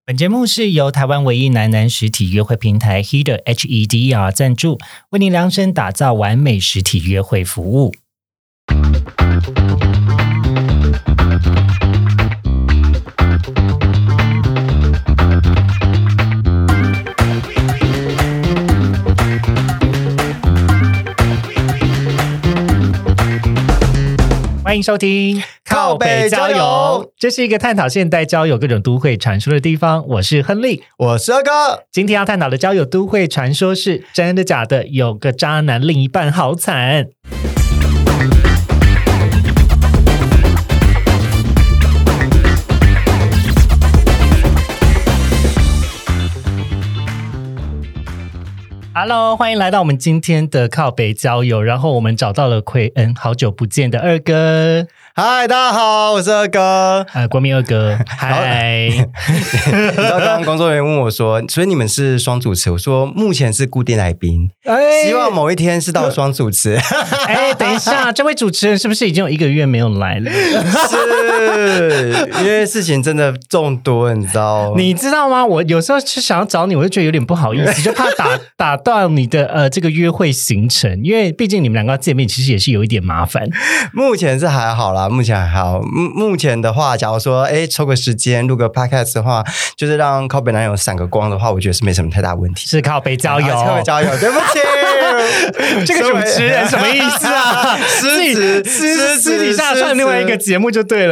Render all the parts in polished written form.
本节目是由台湾唯一男实体约会平台 HEDER 赞助，为您量身打造完美实体约会服务。欢迎收听靠北交友， 这是一个探讨现代交友各种都会传说的地方。我是亨利， 我是二哥。 今天要探讨的交友都会传说是真的假的？有个渣男另一半好惨。Hello， 欢迎来到我们今天的靠北交友。然后我们找到了奎恩，好久不见的二哥。 嗨，大家好，我是二哥。 国民二哥，嗨。 你知道刚刚工作人员问我说，所以你们是双主持？我说目前是固定来宾，希望某一天是到双主持。 等一下，这位主持人是不是已经有1个月没有来了？ 是因为事情真的众多，你知道？ 你知道吗？我有时候是想要找你，我就觉得有点不好意思，就怕打断你的这个约会行程，因为毕竟你们两个要见面，其实也是有一点麻烦。 目前是还好啦，目前还好。目前的话，假如说抽个时间录个 podcast 的话，就是让靠北男友闪个光的话，我觉得是没什么太大问题。 是靠北交友， 靠北交友，对不起。 这个主持人什么意思啊？私底下上另外一个节目就对了。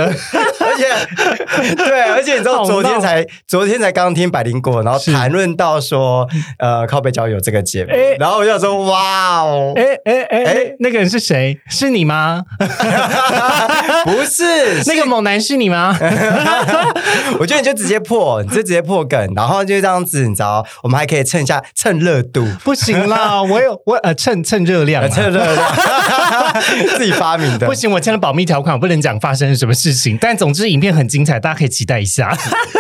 而且你知道昨天才刚听百灵果，然后谈论到说靠北交友这个节目，然后我就想说哇哦， 那个人是谁？是你吗？ 不是， 那个猛男是你吗？ 我觉得你就直接破梗，然后就这样子，你知道，我们还可以蹭热度。 不行啦，我蹭热量， 蹭热量，自己发明的。 不行，我签了保密条款，我不能讲发生了什么事情。但总之，影片很精彩，大家可以期待一下。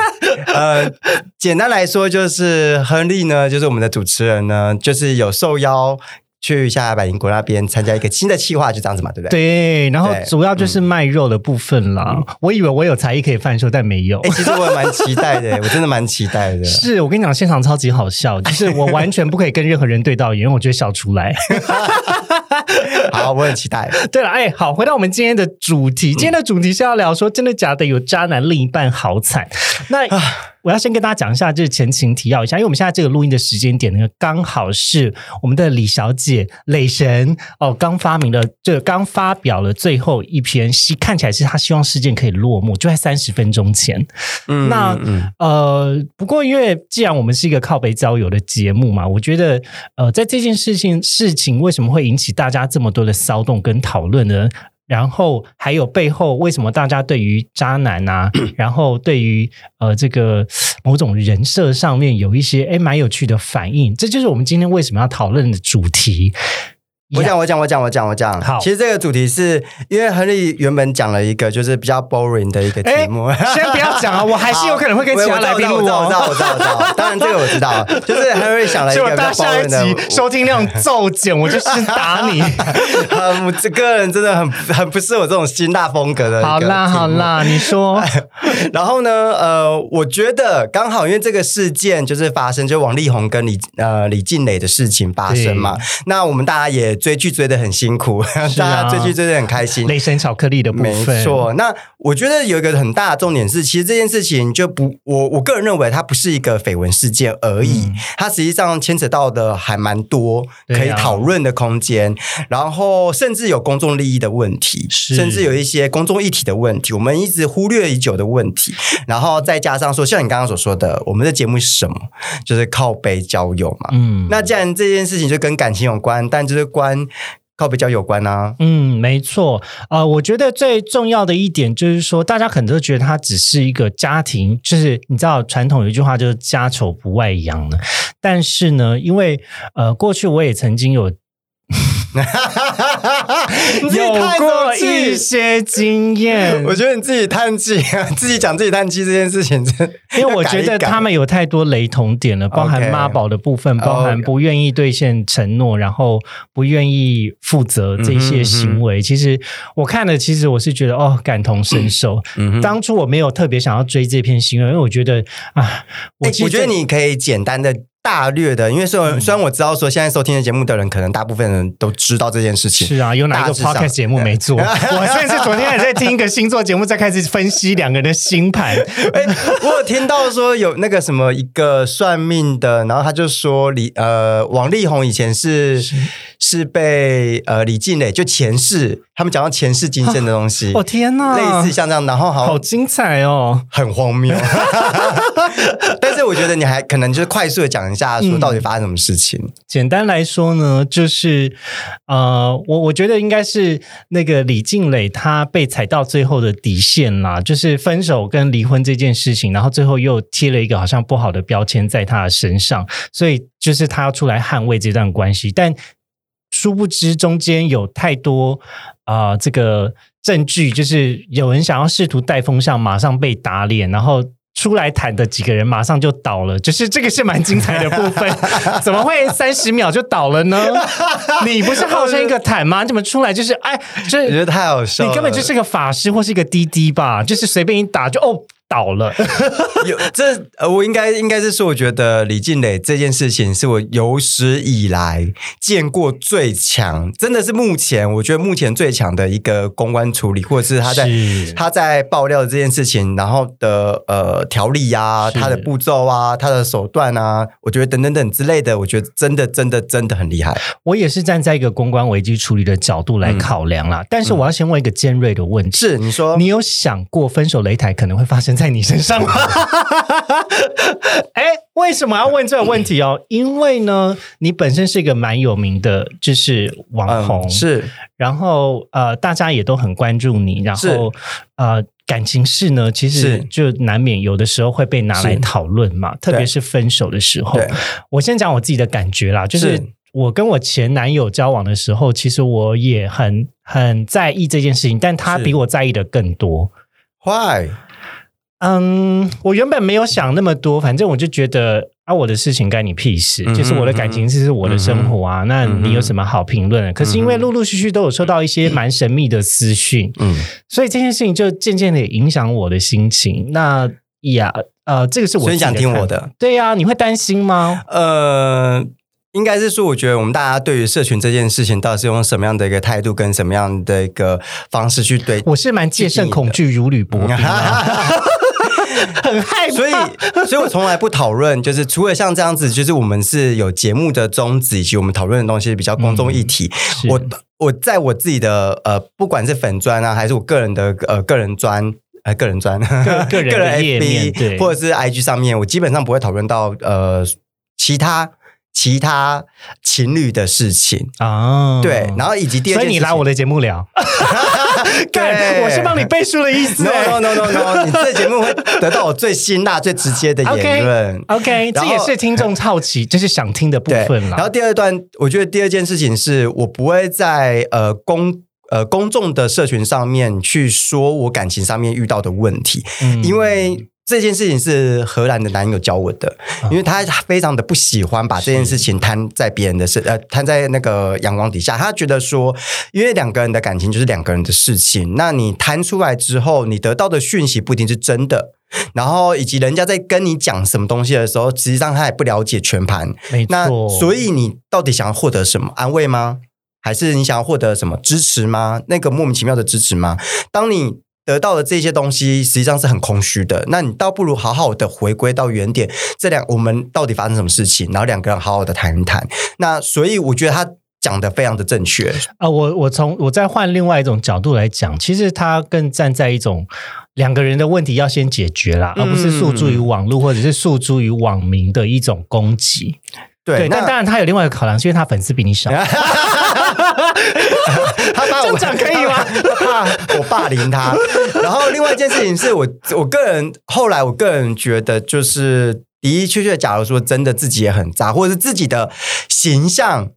简单来说，就是亨利呢，就是我们的主持人呢，就是有受邀去下百灵果那边参加一个新的企划，就这样子嘛，对不对？ 对，然后主要就是卖肉的部分啦。我以为我有才艺可以贩售，但没有。 其实我也蛮期待的，我真的蛮期待的。 是我跟你讲，现场超级好笑，就是我完全不可以跟任何人对到眼，因为我就会笑出来。 好，我很期待。 对了，好，回到我们今天的主题。今天的主题是要聊说，真的假的？有渣男另一半好惨。那我要先跟大家讲一下，就是前情提要一下，因为我们现在这个录音的时间点呢，刚好是我们的李小姐磊神刚发表了最后一篇，看起来是他希望事件可以落幕，就在30分钟前。不过因为既然我们是一个靠北交友的节目嘛，我觉得在这件事情为什么会引起大家这么多的骚动跟讨论呢？然后还有背后为什么大家对于渣男啊，然后对于这个某种人设上面有一些蛮有趣的反应，这就是我们今天为什么要讨论的主题。 我讲。 好， 其实这个主题是因为亨利原本讲了一个就是比较 boring 的一个题目。 先不要讲啊，我还是有可能会跟其他来宾录。 我知道，当然这个我知道，就是亨利想了一个比较 boring 的。 下一集收听量骤减，我就是打你。 这个人真的很不是我这种辛辣风格的。 好啦，你说。 然后呢，我觉得刚好因为这个事件就是发生，就王力宏跟李静蕾的事情发生嘛，那我们大家也追剧追得很辛苦，大家追剧追得很开心， 雷神巧克力的部分。 没错，那我觉得有一个很大的重点是，其实这件事情就我个人认为它不是一个绯闻事件而已，它实际上牵扯到的还蛮多可以讨论的空间，然后甚至有公众利益的问题，甚至有一些公众议题的问题，我们一直忽略已久的问题，然后再加上说，像你刚刚所说的，我们的节目是什么？就是靠北交友嘛。那既然这件事情就跟感情有关，但就是靠北交友有关啊。 没错。我觉得最重要的一点就是说，大家可能都觉得它只是一个家庭，就是你知道传统有一句话就是家丑不外扬的。但是呢，因为过去我也曾经有有过一些经验。 我觉得你自己叹气自己讲自己叹气这件事情因为我觉得他们有太多雷同点了，包含妈宝的部分，包含不愿意兑现承诺，然后不愿意负责这些行为。其实我看了，其实我是觉得感同身受。当初我没有特别想要追这篇新闻，因为我觉得我觉得你可以简单的大略的，因为虽然我知道说现在收听的节目的人可能大部分人都知道这件事情。 是啊，有哪一个 podcast 节目没做？我甚至昨天还在听一个星座节目，在开始分析两个人的星盘。 我有听到说有那个什么一个算命的，然后他就说王力宏以前是被李静蕾就前世，他们讲到前世今生的东西。 天哪， 类似像这样，然后好精彩哦， 很荒谬。但是我觉得你还可能就是快速的讲一下，说到底发生什么事情。 简单来说呢，就是我觉得应该是那个李静蕾她被踩到最后的底线啦，就是分手跟离婚这件事情，然后最后又贴了一个好像不好的标签在她的身上，所以就是她要出来捍卫这段关系，但殊不知中间有太多这个证据，就是有人想要试图带风向，马上被打脸，然后出来谈的几个人马上就倒了，就是这个是蛮精彩的部分。怎么会30秒就倒了呢？你不是号称一个坦吗？你怎么出来就是就是我觉得太好笑了， 你根本就是个法师或是一个滴滴吧，就是随便一打就倒了。 我应该是说，我觉得李静蕾这件事情是我有史以来见过最强，真的是我觉得目前最强的一个公关处理，或者是他在爆料的这件事情，然后的条理啊，他的步骤啊，他的手段啊，我觉得等等等之类的，我觉得真的很厉害。 我也是站在一个公关危机处理的角度来考量啦，但是我要先问一个尖锐的问题， 是你说， 你有想过分手擂台可能会发生在你身上吗？为什么要问这个问题哦？因为呢，你本身是一个蛮有名的，就是网红， 是， 然后大家也都很关注你，然后感情事呢，其实就难免有的时候会被拿来讨论嘛，特别是分手的时候。我先讲我自己的感觉啦，就是我跟我前男友交往的时候，其实我也很在意这件事情，但他比我在意的更多。 Why？ 我原本没有想那么多，反正我就觉得我的事情干你屁事，就是我的感情事是我的生活啊，那你有什么好评论的？可是因为陆陆续续都有收到一些蛮神秘的私讯，所以这件事情就渐渐的影响我的心情。那这个是我自己的看法，所以想听我的？ 对啊，你会担心吗？ 应该是说，我觉得我们大家对于社群这件事情，到底是用什么样的一个态度，跟什么样的一个方式去对？ 我是蛮戒慎恐惧，如履薄冰很害怕，所以我从来不讨论，就是除了像这样子，就是我们是有节目的宗旨，以及我们讨论的东西比较公众议题。我在我自己的不管是粉专啊，还是我个人的个人专个人 FB 或者是 IG 上面，我基本上不会讨论到其他情侣的事情啊，对，然后以及第二件事情， 所以你来我的节目聊，干，我是帮你背书的意思。 No， 你这节目会得到我最辛辣、最直接的言论。 OK， 这也是听众好奇，就是想听的部分啦。 然后第二段，我觉得第二件事情是我不会在公众的社群上面去说我感情上面遇到的问题，因为这件事情是荷兰的男友教我的，因为他非常的不喜欢把这件事情摊在别人的摊在那个阳光底下。他觉得说，因为两个人的感情就是两个人的事情，那你摊出来之后，你得到的讯息不一定是真的，然后以及人家在跟你讲什么东西的时候，实际上他也不了解全盘。 没错， 那所以你到底想要获得什么？安慰吗？还是你想要获得什么支持吗？那个莫名其妙的支持吗？当你得到的这些东西实际上是很空虚的，那你倒不如好好的回归到原点，我们到底发生什么事情，然后两个人好好的谈一谈。那所以我觉得他讲的非常的正确我再换另外一种角度来讲，其实他更站在一种两个人的问题要先解决啦，而不是诉诸于网络或者是诉诸于网民的一种攻击。对，但当然他有另外一个考量，是因为他粉丝比你少。 他怕我这样讲可以吗？ 他怕我霸凌他。然后另外一件事情是我个人后来我个人觉得，就是的确，假如说真的自己也很渣，或者是自己的形象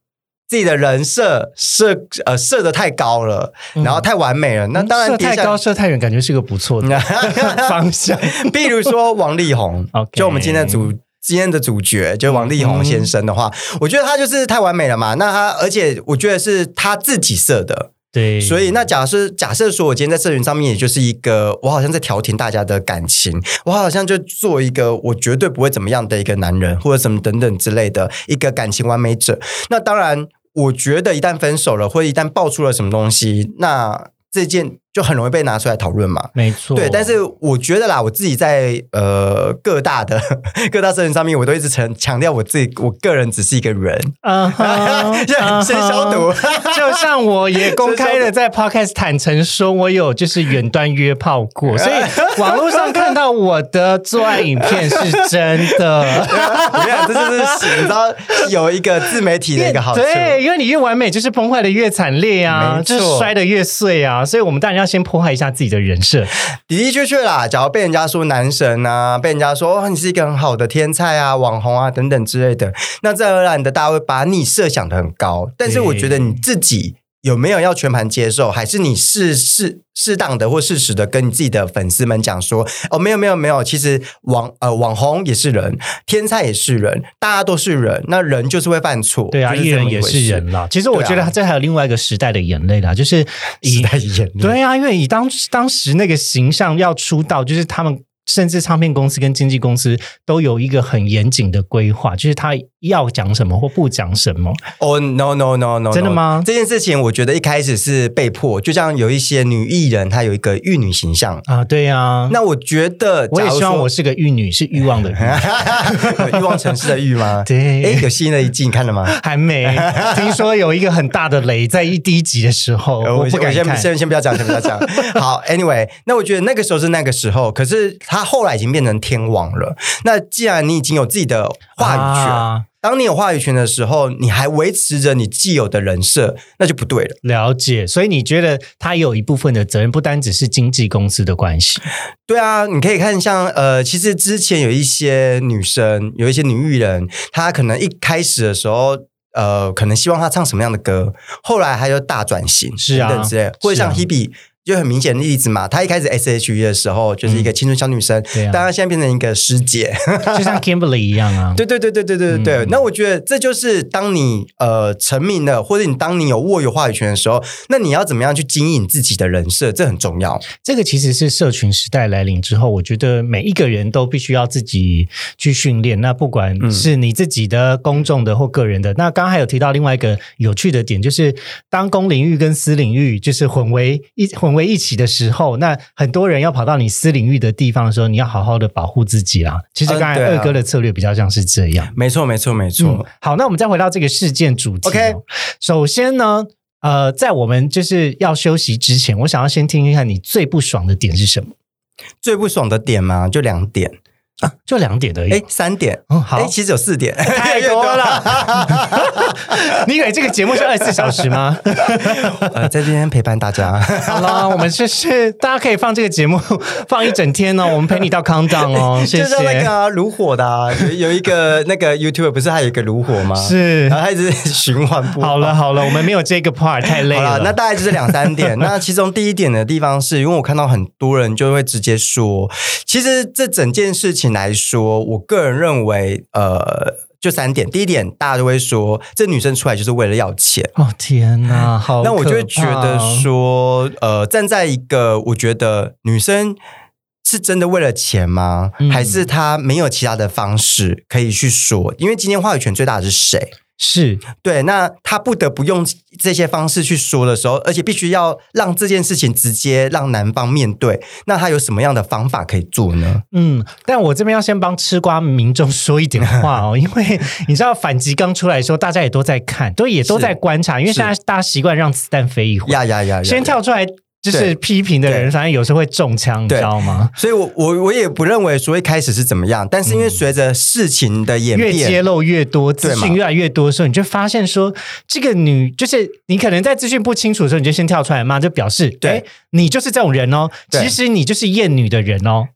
自己的人设设得太高了，然后太完美了，那当然设太高设太远感觉是个不错的方向。 比如说王力宏就我们今天的主角就王力宏先生的话，我觉得他就是太完美了嘛，那他而且我觉得是他自己设的。 对， 所以那假设说我今天在社群上面也就是一个我好像在调停大家的感情，我好像就做一个我绝对不会怎么样的一个男人或者什么等等之类的一个感情完美者，那当然我觉得一旦分手了或者一旦爆出了什么东西，那这件就很容易被拿出来讨论嘛。 没错， 对，但是我觉得啦，我自己在各大社群上面，我都一直强调我个人只是一个人，先消毒。 就像我也公开的在 podcast 坦诚说，我有就是远端约炮过，所以网络上看到我的做爱影片是真的。 我跟你讲，这就是你知道有一个自媒体的一个好处， 对，因为你越完美，就是崩坏的越惨烈啊，就是摔得越碎啊，所以我们当然要先破坏一下自己的人设。 的的确确啦，假如被人家说男神啊，被人家说你是一个很好的天才啊、网红啊等等之类的，那自然而然的大家会把你设想的很高，但是我觉得你自己有没有要全盘接受，还是你适当的或适时的跟你自己的粉丝们讲说，哦，没有，其实网红也是人，天才也是人，大家都是人，那人就是会犯错。 对啊，艺人也是人啦。其实我觉得这还有另外一个时代的眼泪啦，就是时代眼泪。 对啊，因为以当时那个形象要出道，就是他们甚至唱片公司跟经纪公司都有一个很严谨的规划，就是他要讲什么或不讲什么。 哦、no， 真的吗？ 这件事情我觉得一开始是被迫，就像有一些女艺人，她有一个玉女形象啊，对啊。 那我觉得， 我也希望我是个玉女，是欲望的欲， 欲望城市的欲吗？ 对， 有新的一季，你看了吗？ 还没。听说有一个很大的雷，在第一集的时候，我不敢看。 先不要讲，好 ，anyway， 那我觉得那个时候是那个时候，可是他后来已经变成天王了。那既然你已经有自己的话语权，当你有话语权的时候，你还维持着你既有的人设，那就不对了。 了解，所以你觉得他有一部分的责任，不单只是经纪公司的关系。 对啊，你可以看像其实之前有一些女生，有一些女艺人，她可能一开始的时候。可能希望她唱什么样的歌，后来她就大转型， 是啊， 等等之类的，或者像 Hebe。就很明显的例子嘛，她一开始 SHE 的时候就是一个青春小女生，但她现在变成一个师姐， 就像 Kimberly 一样啊。 对。那我觉得这就是当你成名了，或者当你握有话语权的时候，那你要怎么样去经营自己的人设，这很重要。 这个其实是社群时代来临之后，我觉得每一个人都必须要自己去训练。那不管是你自己的公众的或个人的，那刚刚还有提到另外一个有趣的点，就是当公领域跟私领域就是混为一起的时候，那很多人要跑到你私领域的地方的时候，你要好好的保护自己啦。其实刚才二哥的策略比较像是这样。 没错。 好，那我们再回到这个事件主题。 OK， 首先呢，在我们就是要休息之前，我想要先听听看你最不爽的点是什么？ 最不爽的点吗？就2点。 就2点而已 ，3点。 好， 其实有4点， 太多了。你以为这个节目是24小时吗？ 在这边陪伴大家。 好了，我们就是大家可以放这个节目放一整天哦，我们陪你到 countdown 哦，谢谢。 就像那个炉火的有一个那个 YouTuber 不是还有一个炉火吗？是，然后他一直循环播。 好了，我们没有这个 part 太累了。 那大概就是2-3点。那其中第一点的地方是因为我看到很多人就会直接说，其实这整件事情来说，我个人认为就3点。第一点，大家都会说这女生出来就是为了要钱。 哦天哪，好可怕。 那我就会觉得说站在一个我觉得女生是真的为了钱吗？还是她没有其他的方式可以去说？因为今天话语权最大的是谁？ 是对，那他不得不用这些方式去说的时候，而且必须要让这件事情直接让男方面对，那他有什么样的方法可以做呢？ 但我这边要先帮吃瓜民众说一点话哦，因为你知道反击刚出来的时候，大家也都在看，也都在观察，因为现在大家习惯让子弹飞一会，先跳出来。就是批评的人，反正有时候会中枪，你知道吗？ 所以我也不认为说一开始是怎么样，但是因为随着事情的演变， 越揭露越多，资讯越来越多的时候，你就发现说，这个就是你可能在资讯不清楚的时候，你就先跳出来骂，就表示，你就是这种人哦，其实你就是厌女的人哦。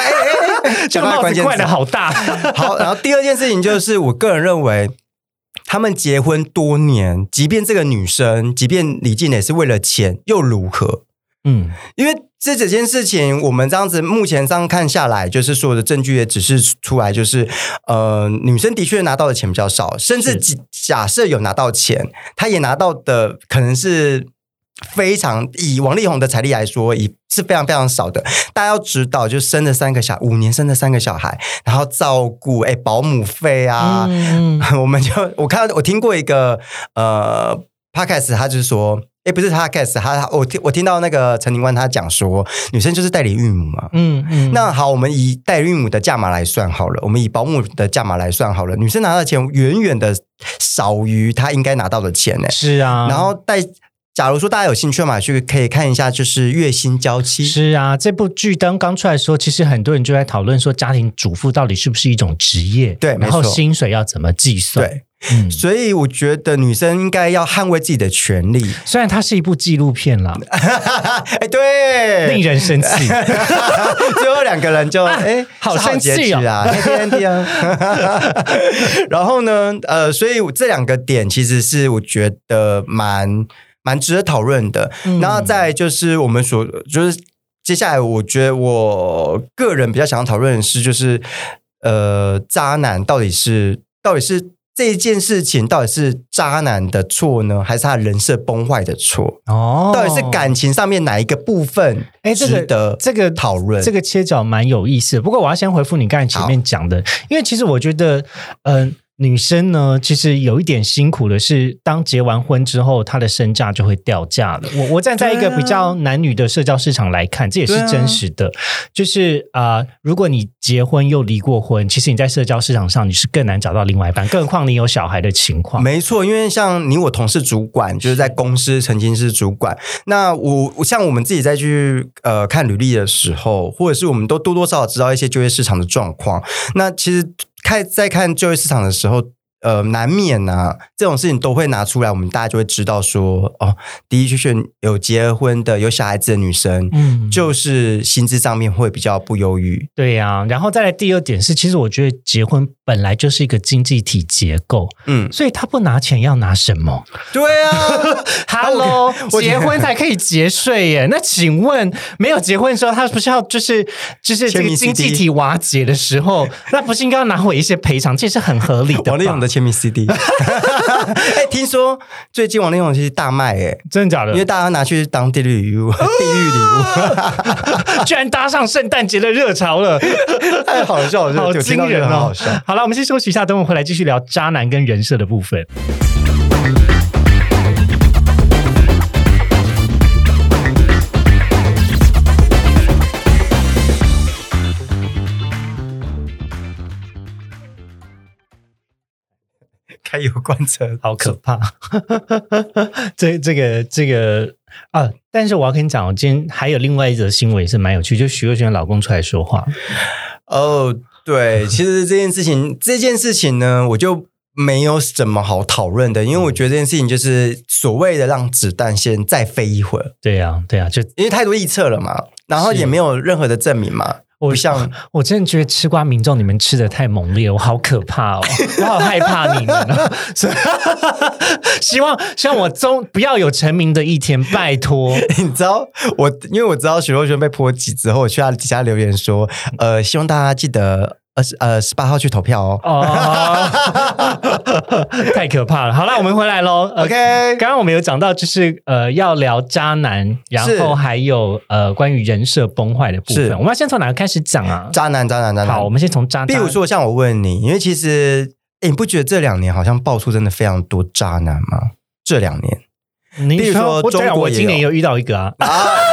这个帽子怪得好大。 好，然后第二件事情就是，我个人认为。 他们结婚多年，即便这个女生，即便李静蕾是为了钱，又如何？因为这整件事情，我们这样子目前上看下来，就是所有的证据也指示出来，就是女生的确拿到的钱比较少，甚至假设有拿到钱，她也拿到的可能是非常以王力宏的财力来说，是非常非常少的。大家要知道，就生了5年生了3个小孩，然后照顾保姆费啊，我听过一个podcast， 他就是说。不是他 cast， 我听到那个陈宁官他讲说，女生就是代理孕母嘛。那好，我们以代理孕母的价码来算好了，我们以保姆的价码来算好了，女生拿到的钱远远的少于她应该拿到的钱呢。 是啊， 然后假如说大家有兴趣嘛，去可以看一下，就是月薪娇妻。 是啊，这部剧刚出来的时候，其实很多人就在讨论说，家庭主妇到底是不是一种职业？ 对， 然后薪水要怎么计算？ 对。所以我觉得女生应该要捍卫自己的权利。 虽然它是一部纪录片啦， 对， 令人生气。 最后2个人就好生气啊！然后呢，所以这2个点其实是我觉得蛮值得讨论的。然后再来就是我们就是接下来，我觉得我个人比较想要讨论的是，就是渣男到底是这件事情到底是渣男的错呢，还是他人设崩坏的错？到底是感情上面哪一个部分值得这个讨论？ 这个切角蛮有意思的。不过我要先回复你刚才前面讲的，因为其实我觉得，女生呢，其实有一点辛苦的是，当结完婚之后，她的身价就会掉价了。我站在一个比较男女的社交市场来看，这也是真实的。就是如果你结婚又离过婚，其实你在社交市场上你是更难找到另外一半，更何况你有小孩的情况。 没错，因为像我同事主管，就是在公司曾经是主管。那像我们自己再去看履历的时候，或者是我们都多多少少知道一些就业市场的状况。那其实在看就业市场的时候，难免啊，这种事情都会拿出来，我们大家就会知道说，的确有结婚的、有小孩子的女生，就是薪资上面会比较不优于。 对啊，然后再来第2点是，其实我觉得结婚本来就是一个经济体结构，所以他不拿钱要拿什么？ 对啊 ，Hello， 结婚才可以节税耶。那请问，没有结婚的时候，他不是要就是这个经济体瓦解的时候，那不是应该要拿回一些赔偿？这是很合理的吧。 王力宏的签名 CD， 听说最近王力宏其实大卖真的假的？ 因为大家拿去当地狱礼物， 居然搭上圣诞节的热潮了， 太好笑了， 好惊人哦！好了，我们先休息一下，等我回来继续聊渣男跟人设的部分。 开油罐车好可怕这个但是我要跟你讲，我今天还有另外一则新闻也是蛮有趣，就徐若瑄的老公出来说话。 对，其实这件事情呢，我就没有什么好讨论的，因为我觉得这件事情就是所谓的让子弹先再飞一会儿。 对啊，就因为太多臆测了嘛，然后也没有任何的证明嘛。 我真的觉得吃瓜民众你们吃的太猛烈了，我好可怕哦，我好害怕你们哦希望我不要有成名的一天，拜托。 你知道因为我知道许若瑄被波及之后，我去他底下留言说，希望大家记得18号去投票哦。 太可怕了。好了，我们回来咯。 OK， 刚刚我们有讲到就是要聊渣男，然后还有关于人设崩坏的部分。我们要先从哪个开始讲啊？ 渣男。 好，我们先从渣男。 比如说像我问你，因为其实你不觉得这2年好像爆出真的非常多渣男吗？这2年比如说中国， 我今年有遇到一个啊。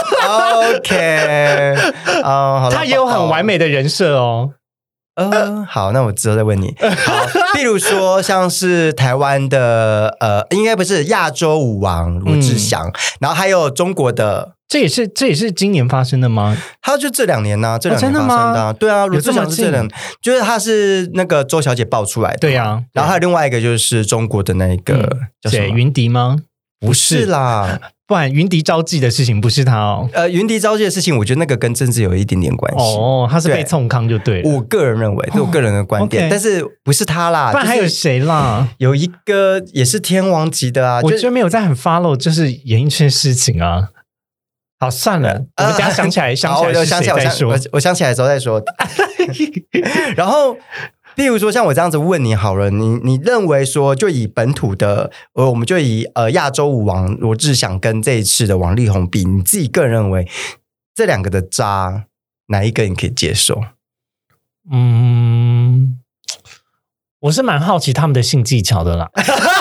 OK， 好， 他也有很完美的人设哦。 好，那我之后再问你。好，比如说像是台湾的应该不是亚洲舞王罗志祥，然后还有中国的，这也是今年发生的吗？ 他就这2年呢，这2年发生的。对啊，罗志祥是这2年，就是他是那个周小姐爆出来的。 对啊， 然后还有另外一个就是中国的那个叫什么？ 云迪吗？ 不是啦。 不然云迪招妓的事情不是他哦。 云迪招妓的事情，我觉得那个跟政治有一点点关系。 哦，他是被冲康就对了。 我个人认为，这是我个人的观点，但是不是他啦。 不然还有谁啦？ 有一个也是天王级的啊， 我就没有在很 follow， 就是演艺圈事情啊。好，算了，我们等一下想起来，想起来是谁再说。 我想起来的时候再说。然后。譬如说，像我这样子问你好了，你认为说，就以本土的，我们就以亚洲舞王罗志祥跟这一次的王力宏比，你自己个人认为这两个的渣哪一个你可以接受？ 我是蛮好奇他们的性技巧的啦。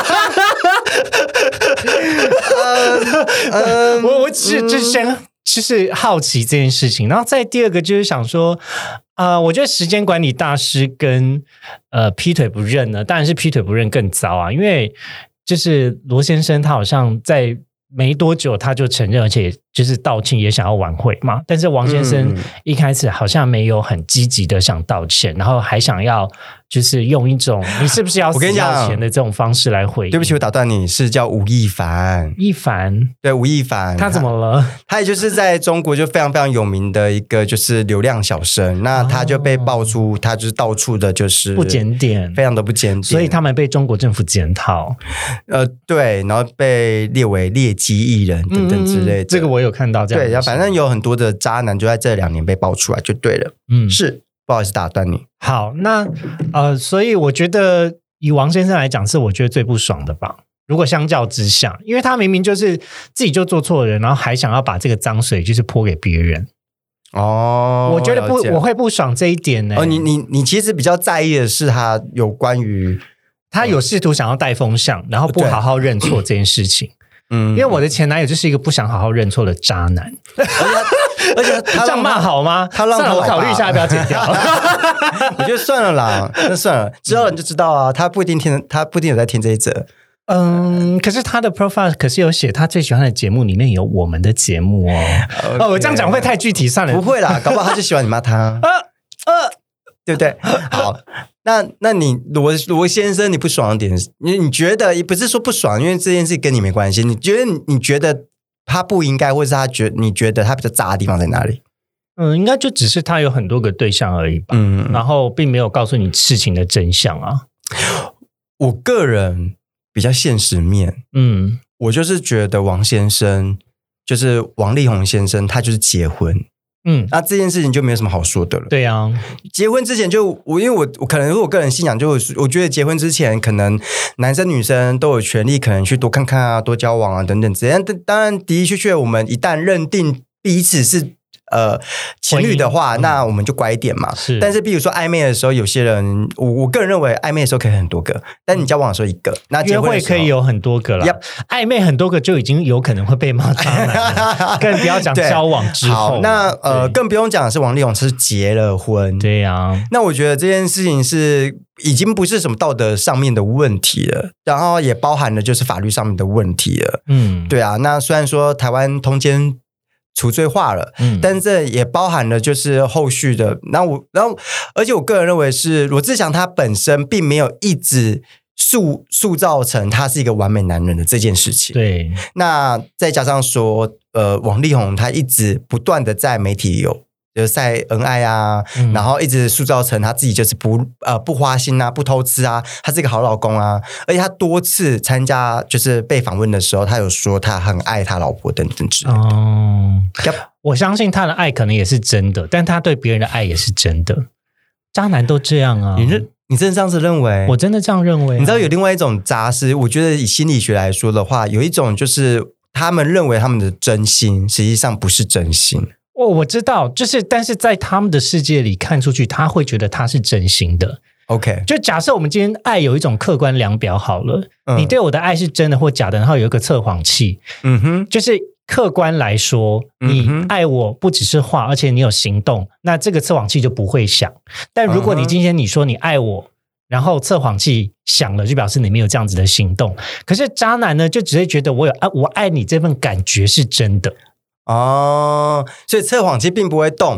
我就先就是好奇这件事情，然后再第二个就是想说。我觉得时间管理大师跟劈腿不认呢，当然是劈腿不认更糟啊，因为就是罗先生他好像在没多久他就承认，而且就是道歉也想要挽回嘛，但是王先生一开始好像没有很积极的想道歉，然后还想要就是用一种你是不是要死要钱的这种方式来回应。 对不起，我打断你，是叫吴亦凡。 亦凡， 对，吴亦凡， 他怎么了？ 他也就是在中国就非常非常有名的一个就是流量小生，那他就被爆出他就是到处的就是不检点， 非常的不检点， 所以他们被中国政府检讨。 对，然后被列为劣迹艺人等等之类的。 这个我有看到这样。 对，反正有很多的渣男就在这2年被爆出来就对了。是。不好意思打断你。 好，那所以我觉得以王先生来讲，是我觉得最不爽的吧。如果相较之下，因为他明明就是自己就做错人，然后还想要把这个脏水就是泼给别人。哦，我觉得我会不爽这一点呢。 你其实比较在意的是他有关于他有试图想要带风向，然后不好好认错这件事情。因为我的前男友就是一个不想好好认错的渣男。而且他这样骂好吗？ 他让他我考虑一下要不要剪掉。 我觉得算了啦，那算了，知道了你就知道啊。他不一定有在听这一则。 可是他的 profile 可是有写他最喜欢的节目里面有我们的节目哦。Okay. 我这样讲会太具体，算了， 不会啦，搞不好他就喜欢你骂他。对不对？好，那你罗先生，你不爽的点，你觉得也不是说不爽，因为这件事跟你没关系。你觉得他不应该，或者是你觉得他比较渣的地方在哪里？ 应该就只是他有很多个对象而已吧。然后并没有告诉你事情的真相啊。 我个人比较现实面，我就是觉得王先生就是王力宏先生，他就是结婚。那这件事情就没有什么好说的了。 对啊， 结婚之前因为我可能我个人信仰我觉得结婚之前可能男生女生都有权利可能去多看看啊，多交往啊等等之类的。当然的确我们一旦认定彼此是情侣的话，那我们就乖一点嘛。但是比如说暧昧的时候，有些人我个人认为暧昧的时候可以很多个，但你交往的时候一个，那约会可以有很多个啦。暧昧很多个就已经有可能会被骂渣男了，更不要讲交往之后。 好，那更不用讲的是王力宏是结了婚。 对啊， 那我觉得这件事情是已经不是什么道德上面的问题了，然后也包含了就是法律上面的问题了。对啊，那虽然说台湾通奸除罪化了，但是这也包含了就是后续的。然后而且我个人认为是罗志祥他本身并没有一直塑造成他是一个完美男人的这件事情。 对， 那再加上说王力宏他一直不断的在媒体有晒恩爱啊，然后一直塑造成他自己就是不花心啊，不偷吃啊，他是一个好老公啊。而且他多次参加就是被访问的时候，他有说他很爱他老婆等等之类的。 我相信他的爱可能也是真的，但他对别人的爱也是真的。渣男都这样啊。 你真的这样子认为？ 我真的这样认为啊。 你知道有另外一种渣是，我觉得以心理学来说的话，有一种就是他们认为他们的真心实际上不是真心。 我知道，但是在他们的世界里看出去，他会觉得他是真心的。 OK， 就假设我们今天爱有一种客观量表好了，你对我的爱是真的或假的，然后有一个测谎器，就是客观来说，你爱我不只是话，而且你有行动，那这个测谎器就不会响。但如果你今天你说你爱我，然后测谎器响了，就表示你没有这样子的行动。可是渣男呢，就只会觉得我爱你这份感觉是真的。 所以测谎器并不会动。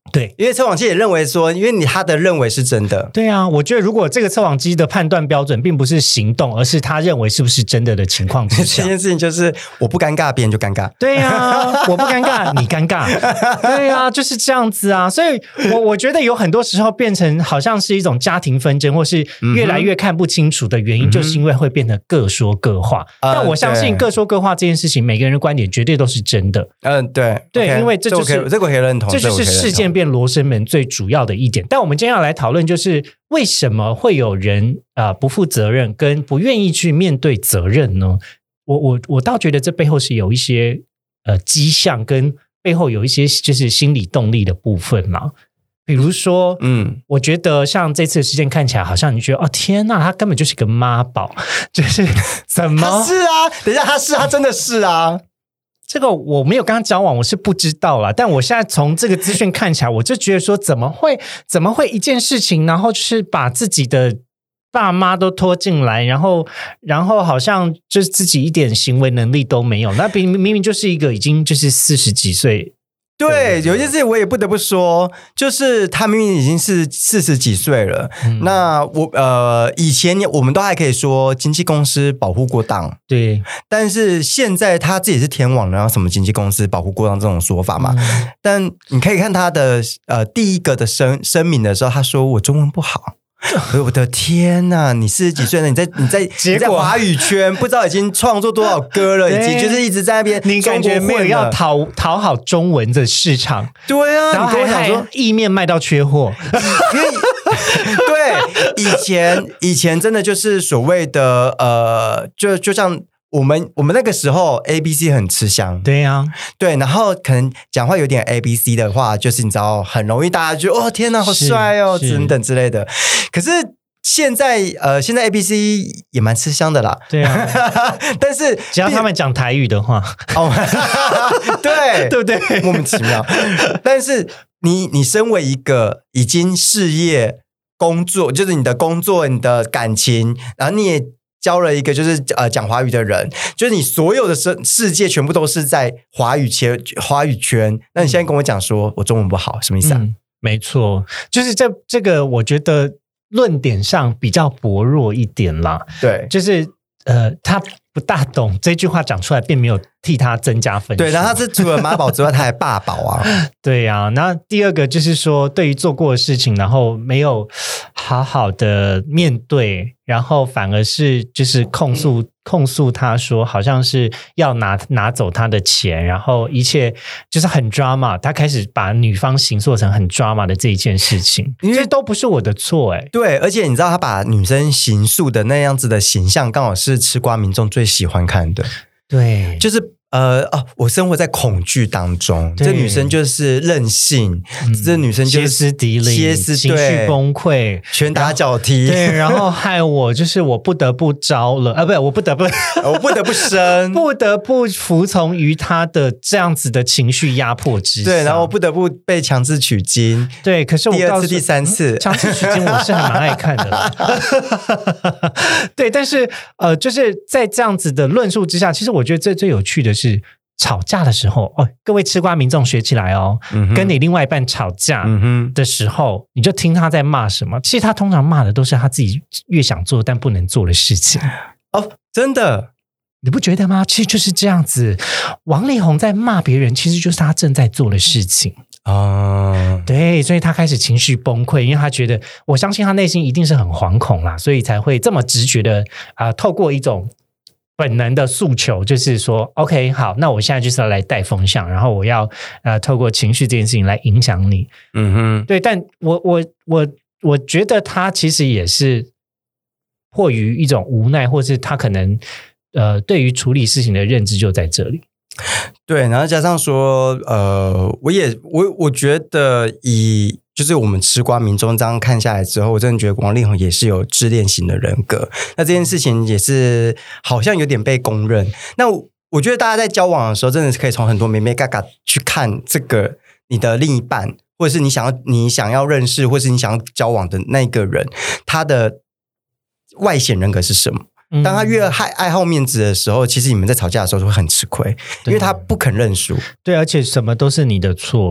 对， 因为测谎机也认为说，因为他的认为是真的。 对啊，我觉得如果这个测谎机的判断标准并不是行动，而是他认为是不是真的情况之下， 这件事情就是我不尴尬，别人就尴尬。 对啊，我不尴尬，你尴尬。对啊，就是这样子啊。所以我觉得有很多时候变成好像是一种家庭纷争，或是越来越看不清楚的原因，就是因为会变得各说各话。但我相信各说各话这件事情，每个人的观点绝对都是真的。 对对，因为这就是这个可以认同， 这就是事件变罗生门最主要的一点。但我们今天要来讨论，就是为什么会有人不负责任跟不愿意去面对责任呢？我倒觉得这背后是有一些迹象，跟背后有一些就是心理动力的部分啦。比如说，我觉得像这次的事件看起来，好像你觉得哦天哪，他根本就是个妈宝，就是怎么？ 他是啊，等一下他真的是啊。 这个我没有跟他交往，我是不知道啦。但我现在从这个资讯看起来，我就觉得说，怎么会一件事情，然后就是把自己的爸妈都拖进来，然后好像就是自己一点行为能力都没有。那明明就是一个已经就是40几岁。 对，有一件事情我也不得不说，就是他明明已经是40几岁了。那以前我们都还可以说经纪公司保护过当， 对， 但是现在他自己是天网，然后什么经纪公司保护过当这种说法嘛？但你可以看他的第一个的声明的时候，他说我中文不好。我的天哪！你40几岁了，你在华语圈不知道已经创作多少歌了，以及就是一直在那边， 你感觉没有要讨好中文的市场， 对啊， 然后还想说意面卖到缺货， 因为对以前真的就是所谓的就像。我们那个时候 ABC 很吃香， 对呀， 对，然后可能讲话有点 ABC 的话，就是你知道很容易大家就哦天哪好帅哦等等之类的。可是现在 ABC 也蛮吃香的啦， 对啊， 但是只要他们讲台语的话， 对对不对？ 莫名其妙。但是你身为一个已经事业工作，就是你的工作、你的感情，然后你也交了一个就是讲华语的人，就是你所有的世界全部都是在华语圈。那你现在跟我讲说我中文不好，什么意思啊？ 没错，就是这个，我觉得论点上比较薄弱一点啦。对，就是他不大懂这句话讲出来，并没有替他增加分数。 对，然后他是除了妈宝之外，他还爸宝啊。 对啊，那第二个就是说，对于做过的事情，然后没有好好的面对，然后反而是就是控诉他说，好像是要拿走他的钱，然后一切就是很 drama， 他开始把女方形塑成很 drama 的这一件事情，这都不是我的错对，而且你知道他把女生形塑的那样子的形象，刚好是吃瓜民众最喜欢看的。 对， 就是我生活在恐惧当中，这女生就是任性，这女生就是歇斯底里，情绪崩溃， 拳打脚踢， 对，然后害我就是我不得不招了不，我不得不生， 不得不服从于她的这样子的情绪压迫之下， 对，然后不得不被强制取经， 对，可是我第2次、第3次强制取经，我是还蛮爱看的，对，但是就是在这样子的论述之下，其实我觉得最有趣的是吵架的时候各位吃瓜民众学起来跟你另外一半吵架的时候，你就听他在骂什么。其实他通常骂的都是他自己越想做但不能做的事情。 真的， 你不觉得吗？其实就是这样子。王力宏在骂别人，其实就是他正在做的事情。对，所以他开始情绪崩溃，因为他觉得，我相信他内心一定是很惶恐啦，所以才会这么直觉的透过一种本能的诉求，就是说 OK 好，那我现在就是要来带风向，然后我要透过情绪这件事情来影响你。对，但我觉得他其实也是迫于一种无奈，或是他可能对于处理事情的认知就在这里。 对，然后加上说我觉得就是我们吃瓜民众这样看下来之后，我真的觉得王力宏也是有自恋型的人格。那这件事情也是好像有点被公认。那我觉得大家在交往的时候，真的是可以从很多眉眉角角去看这个你的另一半，或者是你想要认识，或是你想要交往的那个人，他的外显人格是什么。当他越爱好面子的时候，其实你们在吵架的时候会很吃亏，因为他不肯认输。 对，而且什么都是你的错。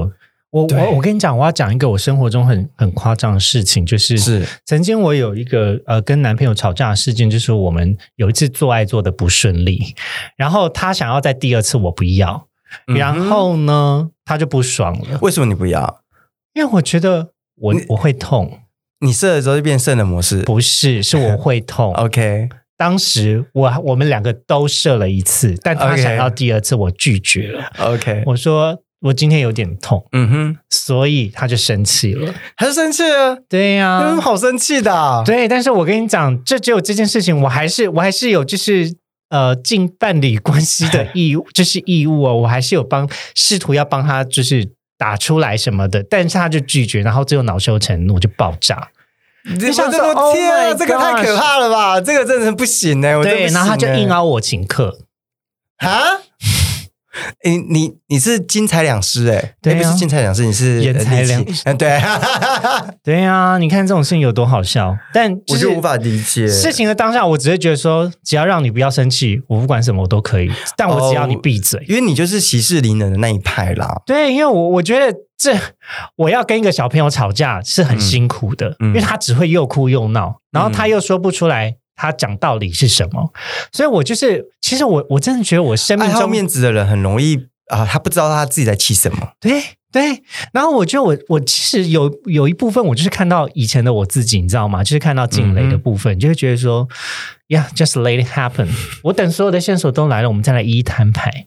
我跟你讲，我要讲一个我生活中很夸张的事情，就是曾经我有一个跟男朋友吵架的事件，就是我们有一次做爱做的不顺利，然后他想要在第二次，我不要，然后呢他就不爽了。 为什么你不要？ 因为我觉得我会痛。 你射的时候就变圣人模式？ 不是，是我会痛。 OK， 当时我们两个都射了一次，但他想要第二次，我拒绝了。 OK， 我说我今天有点痛，所以他就生气了。 他就生气了？对呀，有什么好生气的啊？ 对，但是我跟你讲，只有这件事情，我还是有就是尽伴侣关系的义务，就是义务哦，我还是有试图要帮他就是打出来什么的，但是他就拒绝，然后最后恼羞成怒就爆炸。 你想说天啊，这个太可怕了吧，这个真的不行欸，我真的不行欸。 对，然后他就硬凹我请客啊。你是金财两失欸？ 对啊， 不是金财两失，你是颜财两失。 对对啊，你看这种事情有多好笑，但我就无法理解事情的当下，我只是觉得说，只要让你不要生气，我不管什么我都可以，但我只要你闭嘴， 因为你就是息事宁人的那一派啦。 对，因为我觉得我要跟一个小朋友吵架是很辛苦的，因为他只会又哭又闹，然后他又说不出来他讲道理是什么，所以我就是其实我真的觉得我生命中爱好面子的人很容易他不知道他自己在气什么。 对，然后我觉得我其实有一部分我就是看到以前的我自己，你知道吗？就是看到静蕾的部分，就会觉得说 Yeah, just let it happen 我等所有的线索都来了，我们再来一一摊牌。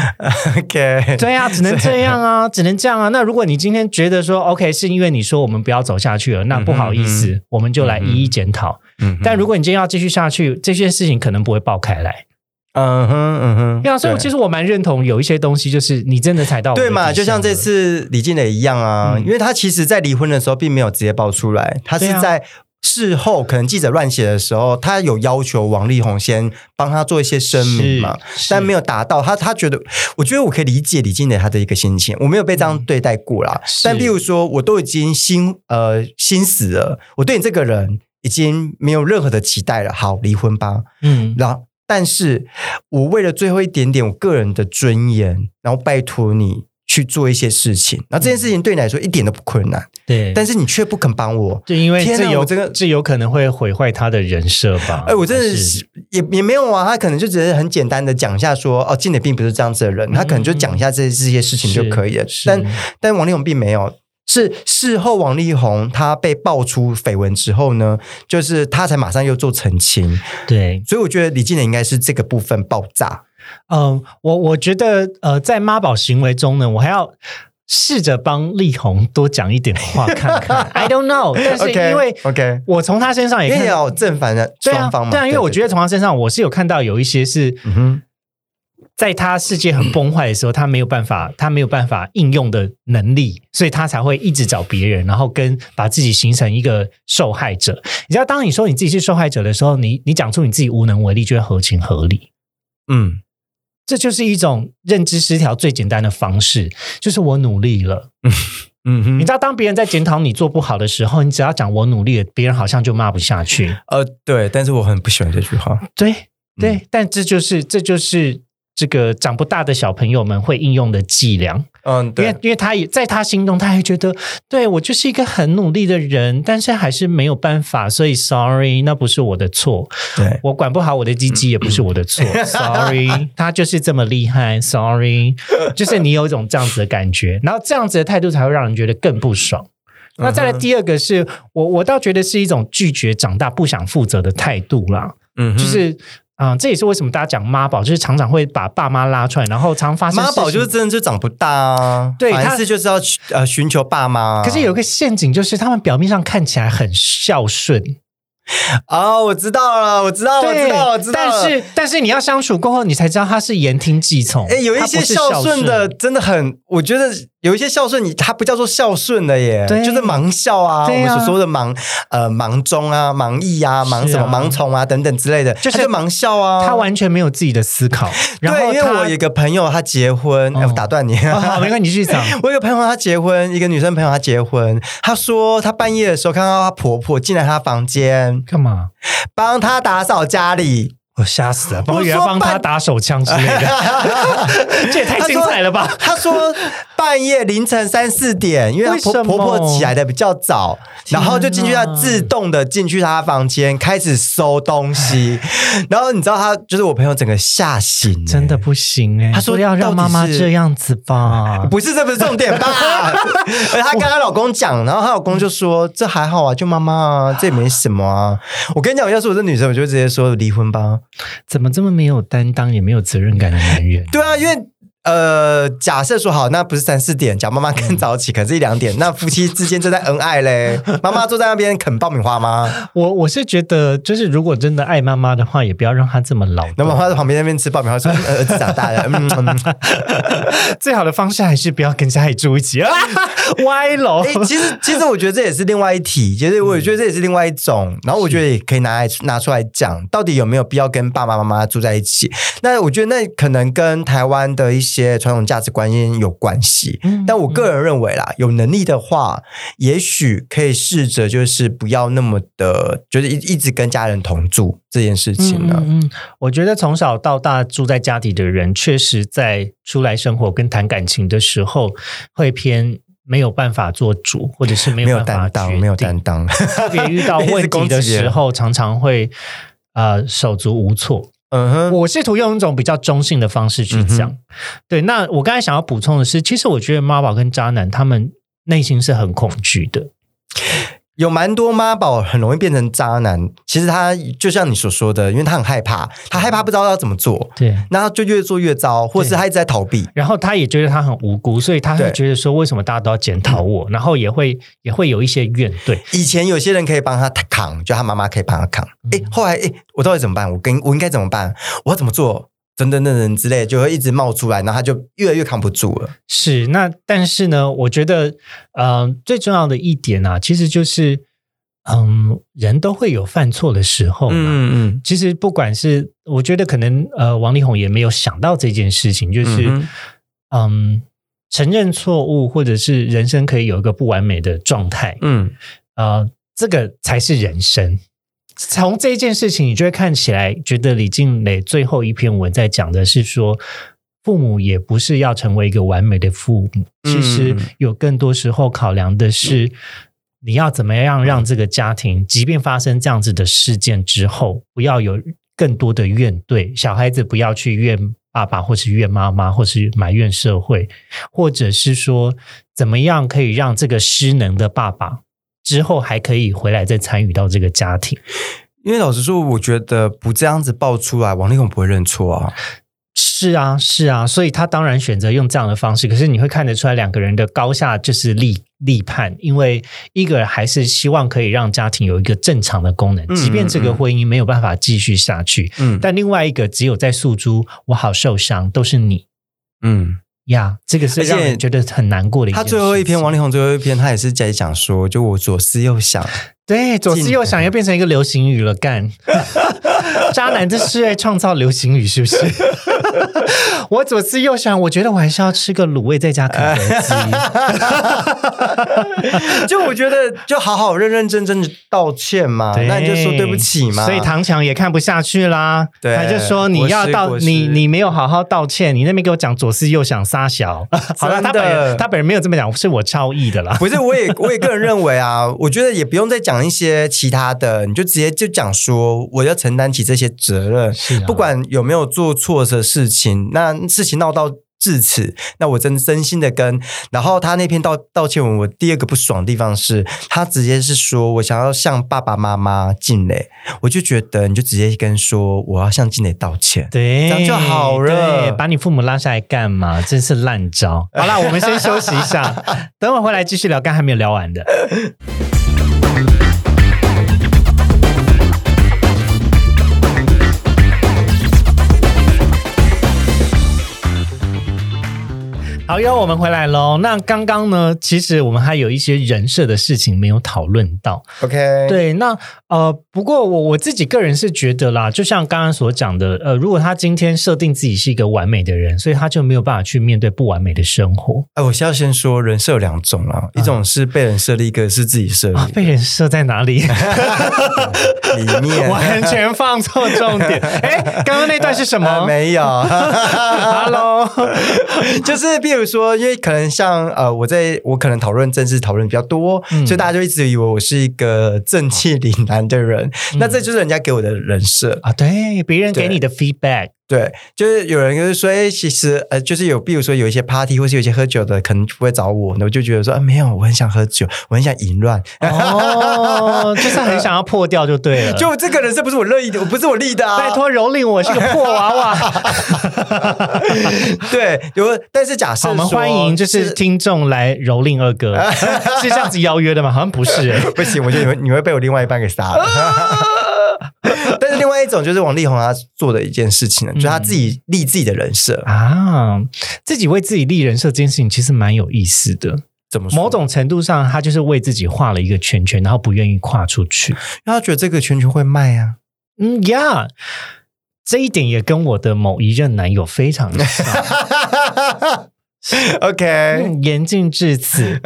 OK， 对啊，只能这样啊，只能这样啊。那如果你今天觉得说 OK 是因为你说我们不要走下去了，那不好意思，我们就来一一检讨。但如果你今天要继续下去，这些事情可能不会爆开来。对啊，所以其实我蛮认同有一些东西就是你真的踩到我的底线了。对嘛， 就像这次李静蕾一样啊，因为他其实在离婚的时候并没有直接爆出来，他是在事后可能记者乱写的时候，他有要求王力宏先帮他做一些声明嘛，但没有达到。他觉得，我觉得我可以理解李静蕾他的一个心情，我没有被这样对待过啦。但譬如说我都已经心死了，我对你这个人已经没有任何的期待了，好，离婚吧。然后但是我为了最后一点点我个人的尊严，然后拜托你去做一些事情，然后这件事情对你来说一点都不困难，对，但是你却不肯帮我， 就因为这有可能会毁坏他的人设吧。 我真的是也没有啊，他可能就只是很简单的讲一下说静蕾并不是这样子的人，他可能就讲一下这些事情就可以了。但王力宏并没有，是事后王力宏他被爆出绯闻之后呢，就是他才马上又做澄清。对，所以我觉得李静蕾应该是这个部分爆炸。 我觉得在妈宝行为中呢，我还要试着帮力宏多讲一点话看看。I don't know， 但是因为我从他身上也看到有正反的双方嘛。 对啊，因为我觉得从他身上我是有看到有一些是在他世界很崩坏的时候，他没有办法应用的能力，所以他才会一直找别人，然后把自己形成一个受害者。你知道，当你说你自己是受害者的时候，你讲出你自己无能为力，就会合情合理。这就是一种认知失调最简单的方式，就是我努力了。你知道，当别人在检讨你做不好的时候，你只要讲我努力了，别人好像就骂不下去。 对，但是我很不喜欢这句话。 对，但这就是这个长不大的小朋友们会应用的伎俩。对，因为他也在他心中，他还觉得对我就是一个很努力的人，但是还是没有办法，所以 sorry， 那不是我的错。对，我管不好我的鸡鸡也不是我的错。sorry， 他就是这么厉害。sorry， 就是你有一种这样子的感觉，然后这样子的态度才会让人觉得更不爽。那再来第二个是我倒觉得是一种拒绝长大不想负责的态度啦。就是这也是为什么大家讲妈宝，就是常常会把爸妈拉出来，然后常发生妈宝就是真的就长不大啊。对，凡事就是要寻求爸妈。 可是有一个陷阱，就是他们表面上看起来很孝顺。 我知道了，我知道了。 但是你要相处过后，你才知道他是言听计从。 有一些孝顺的真的很，我觉得有一些孝顺他不叫做孝顺的耶，就是盲孝啊。我们所说的盲忠啊、盲义啊、盲什么盲从啊等等之类的，就是盲孝啊。 他完全没有自己的思考。然后因为我有一个朋友他结婚，我打断你， 没关系，你继续讲。 我有一个朋友他结婚，一个女生朋友她结婚，她说她半夜的时候看到她婆婆进来她房间。 干嘛？ 帮她打扫家里。 我吓死了，我以为要帮他打手枪之类的，这也太精彩了吧？ 他说半夜凌晨3、4点，因为她婆婆起来的比较早，然后就进去，她自动的进去她房间开始收东西，然后你知道她就是我朋友整个吓醒， 真的不行哎， 她说要让妈妈这样子吧？ 不是，这不是重点吧？而她跟她老公讲，然后她老公就说这还好啊，就妈妈啊，这也没什么啊。我跟你讲，要是我是女生，我就直接说离婚吧。 怎么这么没有担当也没有责任感的男人？ 对啊，因为假设说好，那不是3、4点，讲妈妈更早起，可是1、2点，那夫妻之间就在恩爱嘞。妈妈坐在那边啃爆米花吗？ 我是觉得，就是如果真的爱妈妈的话，也不要让她这么老。 那妈妈在旁边那边吃爆米花，说儿子长大了。 最好的方式还是不要跟家里住一起啊，歪楼。 其实我觉得这也是另外一题，其实我也觉得这也是另外一种。然后我觉得也可以拿出来讲，到底有没有必要跟爸爸妈妈住在一起？那我觉得那可能跟台湾的一些传统价值观念有关系。但我个人认为啦，有能力的话，也许可以试着就是不要那么的，就是一直跟家人同住这件事情呢。 我觉得从小到大住在家里的人，确实在出来生活跟谈感情的时候，会偏没有办法做主，或者是没有办法没有担当， 特别遇到问题的时候，常常会手足无措。我试图用一种比较中性的方式去讲。对，那我刚才想要补充的是，其实我觉得妈宝跟渣男他们内心是很恐惧的。 有蛮多妈宝很容易变成渣男，其实他就像你所说的，因为他很害怕，他害怕不知道要怎么做， 对， 那他就越做越糟，或是他一直在逃避， 然后他也觉得他很无辜，所以他会觉得说为什么大家都要检讨我，然后也会有一些怨怼。 以前有些人可以帮他扛，就他妈妈可以帮他扛，后来我到底怎么办？我应该怎么办？我要怎么做？等等之类，就会一直冒出来，然后他就越来越扛不住了。 是，那但是呢，我觉得最重要的一点啊，其实就是人都会有犯错的时候嘛。其实不管是我觉得可能王力宏也没有想到这件事情，就是承认错误，或者是人生可以有一个不完美的状态。这个才是人生。从这件事情你就会看起来觉得李静蕾最后一篇文在讲的是说，父母也不是要成为一个完美的父母，其实有更多时候考量的是你要怎么样让这个家庭即便发生这样子的事件之后，不要有更多的怨怼，小孩子不要去怨爸爸或是怨妈妈或是埋怨社会，或者是说怎么样可以让这个失能的爸爸之后还可以回来再参与到这个家庭。 因为老实说，我觉得不这样子爆出来，王力宏不会认错啊。 是啊，所以他当然选择用这样的方式。可是你会看得出来两个人的高下就是立判，因为一个还是希望可以让家庭有一个正常的功能，即便这个婚姻没有办法继续下去，但另外一个只有在诉诸我好受伤，都是你。这个是让人觉得很难过的一件事情。他最后一篇，王力宏最后一篇，他也是在讲说，就我左思右想， 对，左思右想又变成一个流行语了，干渣男这是在创造流行语是不是？我左思右想，我觉得我还是要吃个卤味再加肯德基。 就我觉得就好好认认真真的道歉嘛，那你就说对不起嘛。 所以唐强也看不下去啦，他就说你要你没有好好道歉，你那边给我讲左思右想撒小。好了，他本人没有这么讲，是我超意的啦。 不是，我也个人认为啊，我觉得也不用再讲一些其他的，你就直接就讲说我要承担起这些责任，不管有没有做错的事情，那事情闹到至此，那我真心的然后他那篇道歉文，我第二个不爽的地方是他直接是说我想要向爸爸妈妈静蕾，我就觉得你就直接跟说我要向静蕾道歉， 对， 这样就好了。 对，把你父母拉下来干嘛？真是烂招。好啦，我们先休息一下，等会回来继续聊，刚还没有聊完的。 好，又我们回来咯。那刚刚呢，其实我们还有一些人设的事情没有讨论到。 OK， 对，那不过我自己个人是觉得啦，就像刚刚所讲的，如果他今天设定自己是一个完美的人，所以他就没有办法去面对不完美的生活。 我先要先说，人设有2种啊，一种是被人设立，一个是自己设立。 被人设在哪里？ 里面完全放错重点。刚刚那段是什么？ 没有。 Hello， 就是比如说，因为可能像我可能讨论政治讨论比较多，所以大家就一直以为我是一个正气凛然的人，那这就是人家给我的人设啊，对，别人给你的 feedback。 对，就是有人就是说，其实就是比如说有一些 party 或是有一些喝酒的，可能不会找我，我就觉得说没有，我很想喝酒，我很想淫乱， 就是很想要破掉就对了。 就这个人设不是我乐意的，不是我立的啊！ 拜托蹂躏我是个破娃娃。 对，但是假设我们欢迎就是听众来蹂躏二哥，是这样子邀约的吗？好像不是不行，我觉得你会被我另外一半给杀了。但是另外一种就是王力宏他做的一件事情呢，就是他自己立自己的人设啊，自己为自己立人设这件事情其实蛮有意思的。 怎么说？ 某种程度上，他就是为自己画了一个圈圈，然后不愿意跨出去， 因为他觉得这个圈圈会卖啊。 呀，这一点也跟我的某一任男友非常像。 OK， 言尽至此。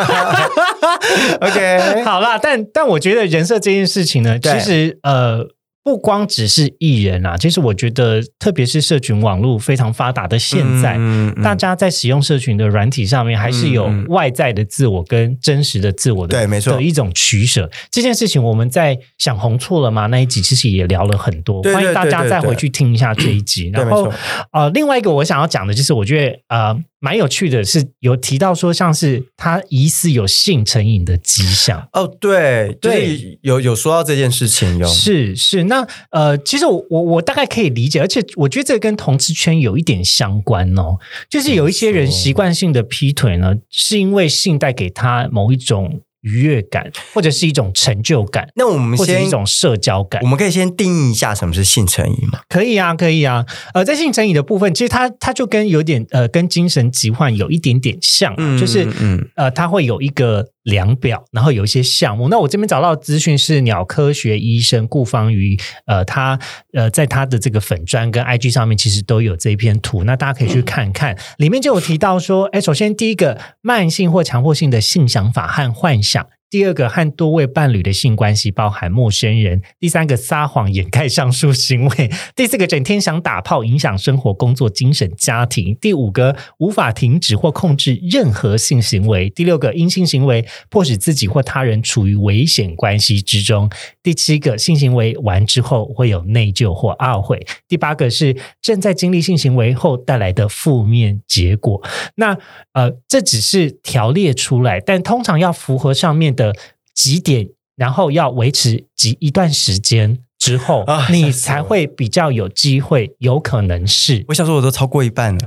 OK， 好啦，但我觉得人设这件事情呢，其实不光只是艺人啊，其实我觉得特别是社群网络非常发达的现在，大家在使用社群的软体上面还是有外在的自我跟真实的自我的， 对，没错， 的一种取舍。这件事情我们在想红错了吗那一集其实也聊了很多，欢迎大家再回去听一下这一集。然后另外一个我想要讲的就是我觉得蛮有趣的是有提到说像是他疑似有性成瘾的迹象。 对，就是有说到这件事情。 是那其实我大概可以理解，而且我觉得这个跟同志圈有一点相关哦，就是有一些人习惯性的劈腿呢，是因为性带给他某一种愉悦感，或者是一种成就感， 那我们或者一种社交感。 我们可以先定义一下什么是性成瘾吗？ 可以啊。在性成瘾的部分，其实它就跟有点跟精神疾患有一点点像，就是它会有一个量表，然后有一些项目。那我这边找到的资讯是鸟科学医生顾芳瑜，他在他的这个粉专跟 IG 上面其实都有这一篇图，那大家可以去看看，里面就有提到说，首先第一个，慢性或强迫性的性想法和幻想。第二个，和多位伴侣的性关系包含陌生人。第三个，撒谎掩盖上述行为。第四个，整天想打炮，影响生活、工作、精神、家庭。第五个，无法停止或控制任何性行为。第六个，因性行为迫使自己或他人处于危险关系之中。第七个，性行为完之后会有内疚或懊悔。第八个是正在经历性行为后带来的负面结果。那这只是条列出来，但通常要符合上面的几点，然后要维持一段时间之后，你才会比较有机会，有可能是。 我想说我都超过一半了。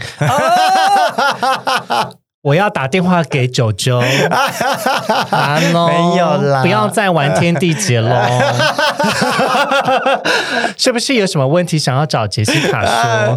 我要打电话给九九， 没有啦， 不要再玩天地劫咯。是不是有什么问题想要找杰西卡说？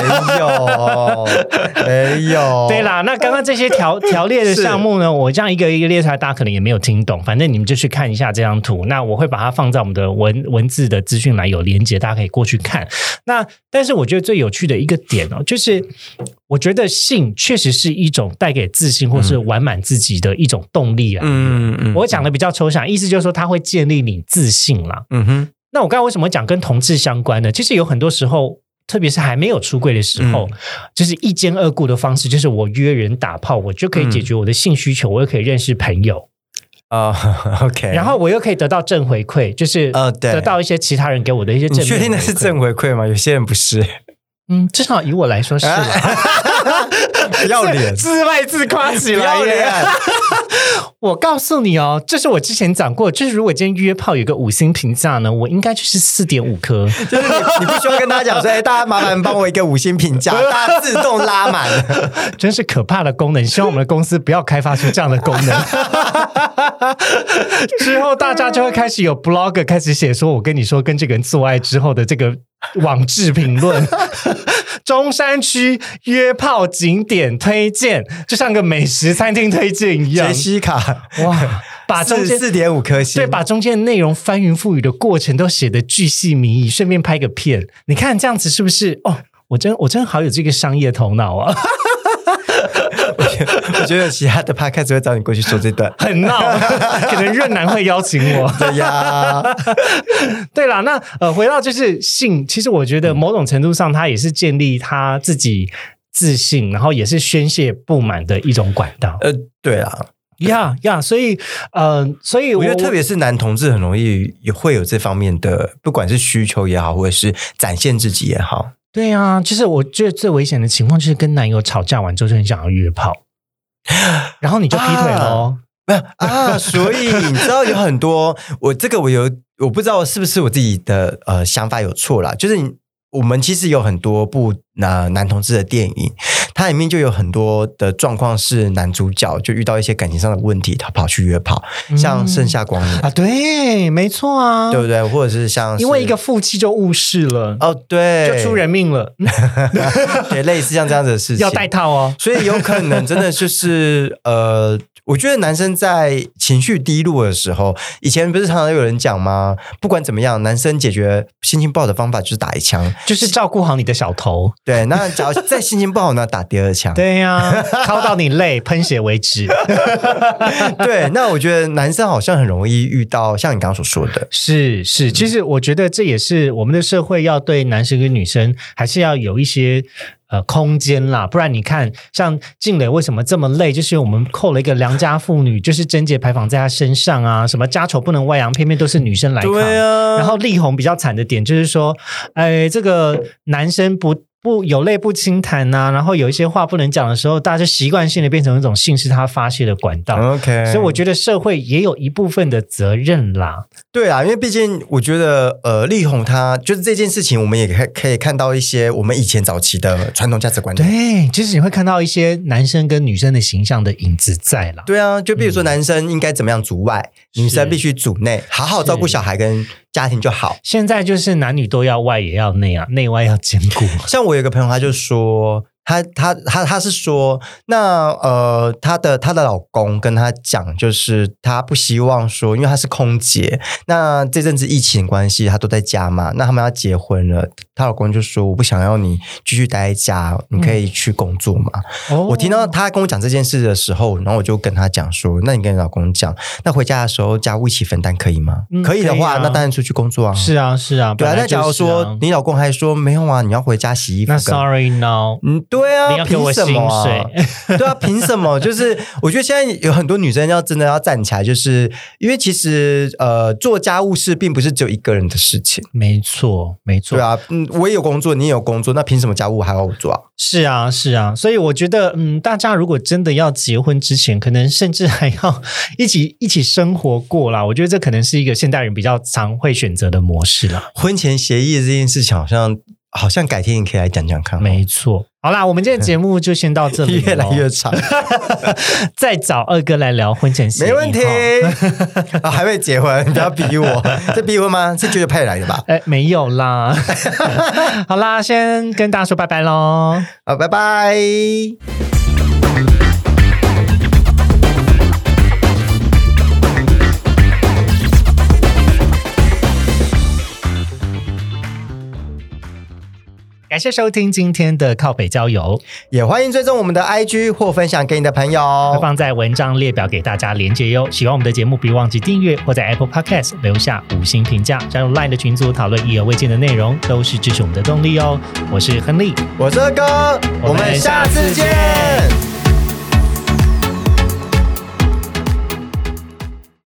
没有。 对啦，那刚刚这些条列的项目呢，我这样一个一个列出来，大家可能也没有听懂。反正你们就去看一下这张图，那我会把它放在我们的文字的资讯栏有连结，大家可以过去看。那但是我觉得最有趣的一个点哦，就是我觉得性确实是一种带给自信或是完满自己的一种动力啊。我讲的比较抽象，意思就是说它会建立你自信啦。那我刚才为什么讲跟同志相关呢？其实有很多时候，特别是还没有出柜的时候，就是一兼二顾的方式，就是我约人打炮，我就可以解决我的性需求，我又可以认识朋友。 OK， 然后我又可以得到正回馈，就是得到一些其他人给我的一些正面回馈。 你确定那是正回馈吗？有些人不是。 至少以我来说是啦。 不要脸， 自卖自夸起来， 不要脸。 我告诉你哦，这是我之前讲过，就是如果今天约炮有个5星评价呢，我应该就是 4.5 颗。 就是你不需要跟大家讲说，大家麻烦帮我一个5星评价，大家自动拉满。 真是可怕的功能，希望我们的公司不要开发出这样的功能。之后大家就会开始有 blog 开始写说，我跟你说跟这个人做爱之后的这个网志评论。 中山区约炮景点推荐，就像个美食餐厅推荐一样。 杰西卡， 哇，把中间 4.5颗星， 对，把中间的内容翻云覆雨的过程都写得巨细靡遗，顺便拍个片。你看这样子是不是？哦，我真好有这个商业头脑啊！ 我觉得其他的 podcast 会找你过去说这段， 很闹，可能润南会邀请我。 对呀， 对啦，那回到就是性，其实我觉得某种程度上，它也是建立他自己自信，然后也是宣泄不满的一种管道。 对啦。 所以我觉得特别是男同志很容易也会有这方面的，不管是需求也好，或者是展现自己也好。 对啊，就是我觉得最危险的情况就是跟男友吵架完之后就很想要约炮，然后你就劈腿咯。 所以你知道有很多我不知道是不是我自己的想法有错啦，就是我们其实有很多部男同志的电影，它里面就有很多的状况是男主角就遇到一些感情上的问题，他跑去约炮，像《盛夏光年》 啊，对，没错啊， 对不对？或者是像因为一个负气就误事了， 哦，对， 就出人命了， 也类似像这样子的事情， 要戴套哦。 所以有可能真的就是我觉得男生在情绪低落的时候，以前不是常常有人讲吗？不管怎么样，男生解决心情不好的方法就是打一枪， 就是照顾好你的小头。 对，那假如再心情不好呢，打第二枪。 对呀，敲到你累喷血为止。 对，那我觉得男生好像很容易遇到像你刚刚所说的， 是，其实我觉得这也是我们的社会要对男生跟女生还是要有一些空间啦，不然你看像静蕾为什么这么累，就是因为我们扣了一个良家妇女，就是贞节牌坊在她身上啊，什么家丑不能外扬，偏偏都是女生来扛。 对啊， 然后力宏比较惨的点就是说，这个男生不有泪不轻弹啊，然后有一些话不能讲的时候，大家就习惯性的变成一种性是他发泄的管道。 OK， 所以我觉得社会也有一部分的责任啦。 对啊，因为毕竟我觉得力宏他就是这件事情，我们也可以看到一些我们以前早期的传统价值观念。 对，其实你会看到一些男生跟女生的形象的影子在啦。 对啊，就比如说男生应该怎么样主外，女生必须主内，好好照顾小孩跟家庭就好。 现在就是男女都要外也要内啊，内外要兼顾。 像我有个朋友，他就说，他是说，那他的老公跟他讲，就是他不希望说，因为他是空姐，那这阵子疫情关系，他都在家嘛，那他们要结婚了，她老公就说，我不想要你继续待在家，你可以去工作嘛。我听到他跟我讲这件事的时候，然后我就跟他讲说，那你跟你老公讲，那回家的时候家务一起分担可以吗？可以的话，那当然出去工作啊。 是啊， 对啊。那假如说你老公还说没有啊，你要回家洗衣服， 那 sorry no， 对啊， 你要给我薪水， 对啊，凭什么？就是我觉得现在有很多女生真的要站起来，就是因为其实做家务事并不是只有一个人的事情。 没错， 对啊，我也有工作，你也有工作，那凭什么家务还要我做啊？ 是啊，所以我觉得大家如果真的要结婚之前，可能甚至还要一起生活过啦。我觉得这可能是一个现代人比较常会选择的模式啦。 婚前协议这件事情好像改天你可以来讲讲看。 没错，好啦，我们今天的节目就先到这里， 越来越长。 再找二哥来聊婚前协议， 没问题。还没结婚，你不要逼我，这逼婚吗？是觉得派来的吧？ 没有啦。好啦，先跟大家说拜拜咯。 好，拜拜。 感谢收听今天的靠北郊游， 也欢迎追踪我们的 IG 或分享给你的朋友， 会放在文章列表给大家连结哟。喜欢我们的节目，别忘记订阅或在 Apple Podcast 留下5星评价，加入 LINE 的群组讨论意犹未尽的内容，都是支持我们的动力哦。我是亨利， 我是二哥，我们下次见。